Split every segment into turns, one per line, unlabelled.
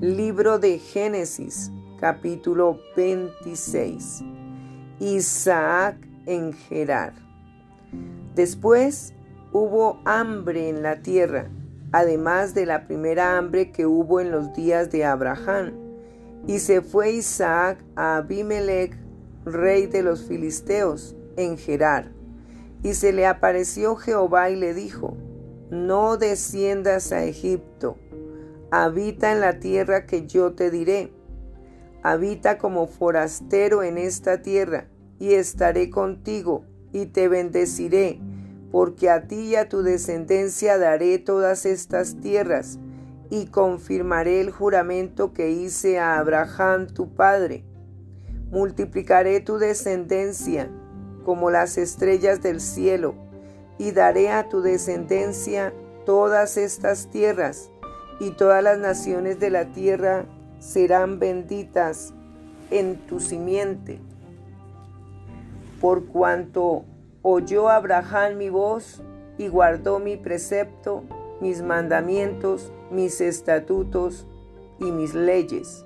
Libro de Génesis, capítulo 26. Isaac en Gerar. Después hubo hambre en la tierra, además de la primera hambre que hubo en los días de Abraham. Y se fue Isaac a Abimelech, rey de los filisteos, en Gerar. Y se le apareció Jehová y le dijo: No desciendas a Egipto, habita en la tierra que yo te diré. Habita como forastero en esta tierra, y estaré contigo, y te bendeciré, porque a ti y a tu descendencia daré todas estas tierras, y confirmaré el juramento que hice a Abraham tu padre. Multiplicaré tu descendencia como las estrellas del cielo, y daré a tu descendencia todas estas tierras, y todas las naciones de la tierra serán benditas en tu simiente. Por cuanto oyó Abraham mi voz y guardó mi precepto, mis mandamientos, mis estatutos y mis leyes.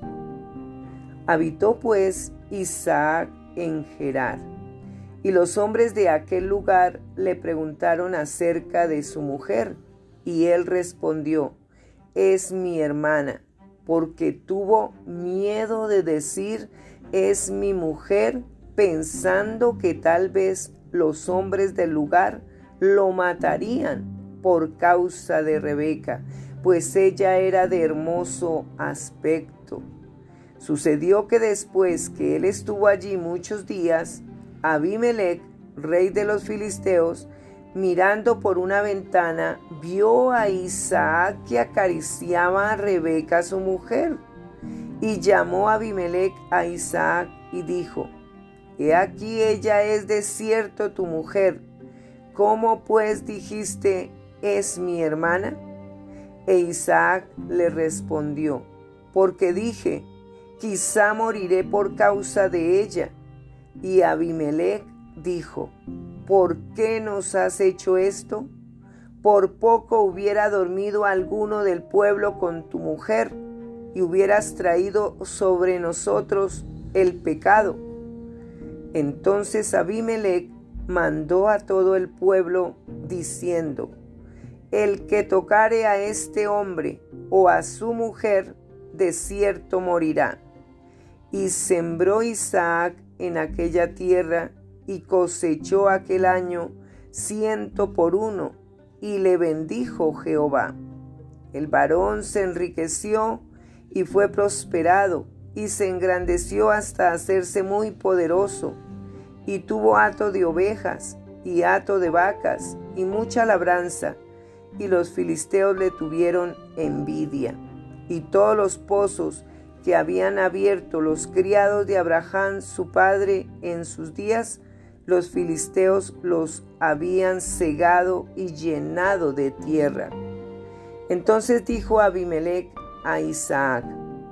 Habitó pues Isaac en Gerar. Y los hombres de aquel lugar le preguntaron acerca de su mujer, y él respondió: Es mi hermana, porque tuvo miedo de decir: es mi mujer, pensando que tal vez los hombres del lugar lo matarían por causa de Rebeca, pues ella era de hermoso aspecto. Sucedió que después que él estuvo allí muchos días, Abimelech, rey de los filisteos, mirando por una ventana, vio a Isaac que acariciaba a Rebeca su mujer. Y llamó a Abimelech a Isaac y dijo: He aquí ella es de cierto tu mujer. ¿Cómo pues dijiste: es mi hermana? E Isaac le respondió: Porque dije: quizá moriré por causa de ella. Y Abimelech dijo: ¿Por qué nos has hecho esto? Por poco hubiera dormido alguno del pueblo con tu mujer, y hubieras traído sobre nosotros el pecado. Entonces Abimelech mandó a todo el pueblo, diciendo: El que tocare a este hombre o a su mujer, de cierto morirá. Y sembró Isaac en aquella tierra, y cosechó aquel año 100 por 1, y le bendijo Jehová. El varón se enriqueció y fue prosperado, y se engrandeció hasta hacerse muy poderoso, y tuvo hato de ovejas y hato de vacas y mucha labranza, y los filisteos le tuvieron envidia. Y todos los pozos que habían abierto los criados de Abraham su padre en sus días, los filisteos los habían cegado y llenado de tierra. Entonces dijo Abimelech a Isaac: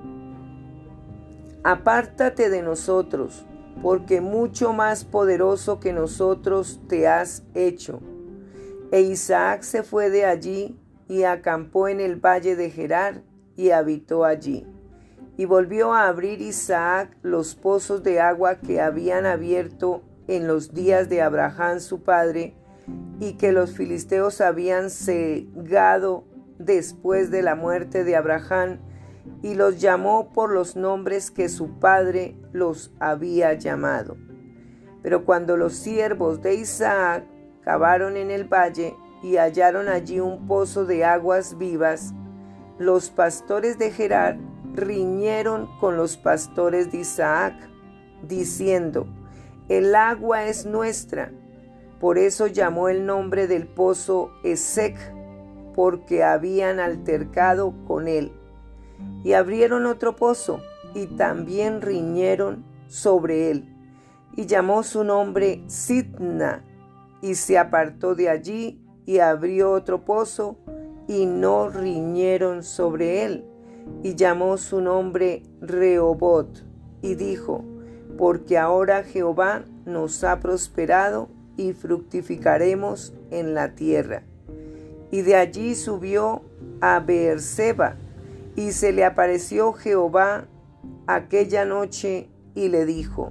Apártate de nosotros, porque mucho más poderoso que nosotros te has hecho. E Isaac se fue de allí y acampó en el valle de Gerar y habitó allí. Y volvió a abrir Isaac los pozos de agua que habían abierto en los días de Abraham su padre, y que los filisteos habían cegado después de la muerte de Abraham, y los llamó por los nombres que su padre los había llamado. Pero cuando los siervos de Isaac cavaron en el valle y hallaron allí un pozo de aguas vivas, los pastores de Gerar riñeron con los pastores de Isaac, diciendo: El agua es nuestra. Por eso llamó el nombre del pozo Esek, porque habían altercado con él. Y abrieron otro pozo, y también riñeron sobre él, y llamó su nombre Sitna, y se apartó de allí, y abrió otro pozo, y no riñeron sobre él, y llamó su nombre Rehobot, y dijo: Porque ahora Jehová nos ha prosperado, y fructificaremos en la tierra. Y de allí subió a Beerseba, Y se le apareció Jehová aquella noche y le dijo: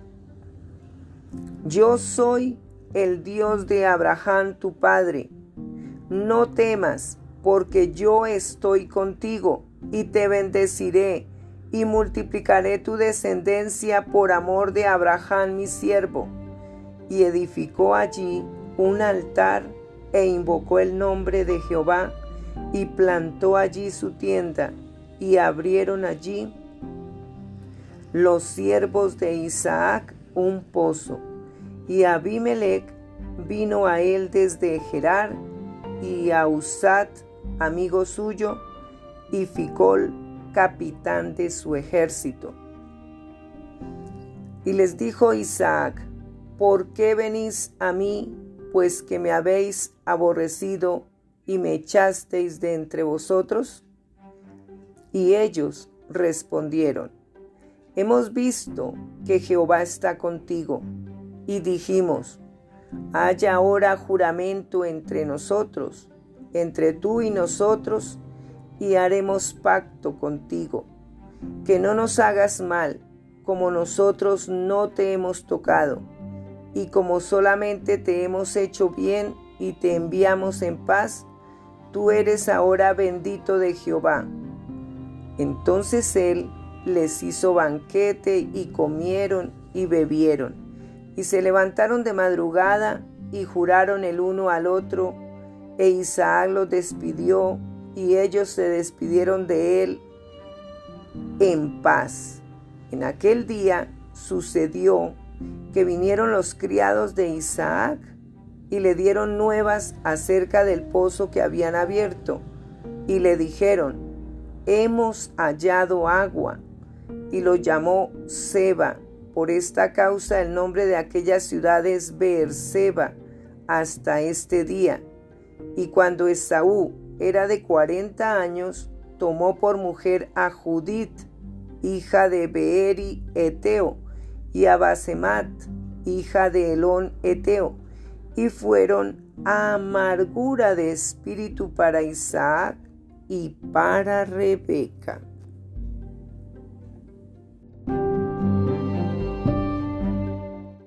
Yo soy el Dios de Abraham tu padre. No temas, porque yo estoy contigo, y te bendeciré, y multiplicaré tu descendencia por amor de Abraham mi siervo. Y edificó allí un altar, e invocó el nombre de Jehová, y plantó allí su tienda, y abrieron allí los siervos de Isaac un pozo. Y Abimelech vino a él desde Gerar, y a Usat, amigo suyo, y Ficol, capitán de su ejército. Y les dijo Isaac: ¿Por qué venís a mí, pues que me habéis aborrecido y me echasteis de entre vosotros? Y ellos respondieron: Hemos visto que Jehová está contigo, y dijimos: haya ahora juramento entre nosotros, entre tú y nosotros, y haremos pacto contigo, que no nos hagas mal, como nosotros no te hemos tocado, y como solamente te hemos hecho bien y te enviamos en paz, tú eres ahora bendito de Jehová. Entonces él les hizo banquete, y comieron y bebieron, y se levantaron de madrugada y juraron el uno al otro, e Isaac los despidió, y ellos se despidieron de él en paz. En aquel día sucedió que vinieron los criados de Isaac y le dieron nuevas acerca del pozo que habían abierto, y le dijeron: hemos hallado agua. Y lo llamó Seba. Por esta causa el nombre de aquella ciudad es Beerseba hasta este día. Y cuando Esaú era de 40 años, tomó por mujer a Judith, hija de Beeri Eteo, y a Basemat, hija de Elón Eteo, y fueron amargura de espíritu para Isaac y para Rebeca.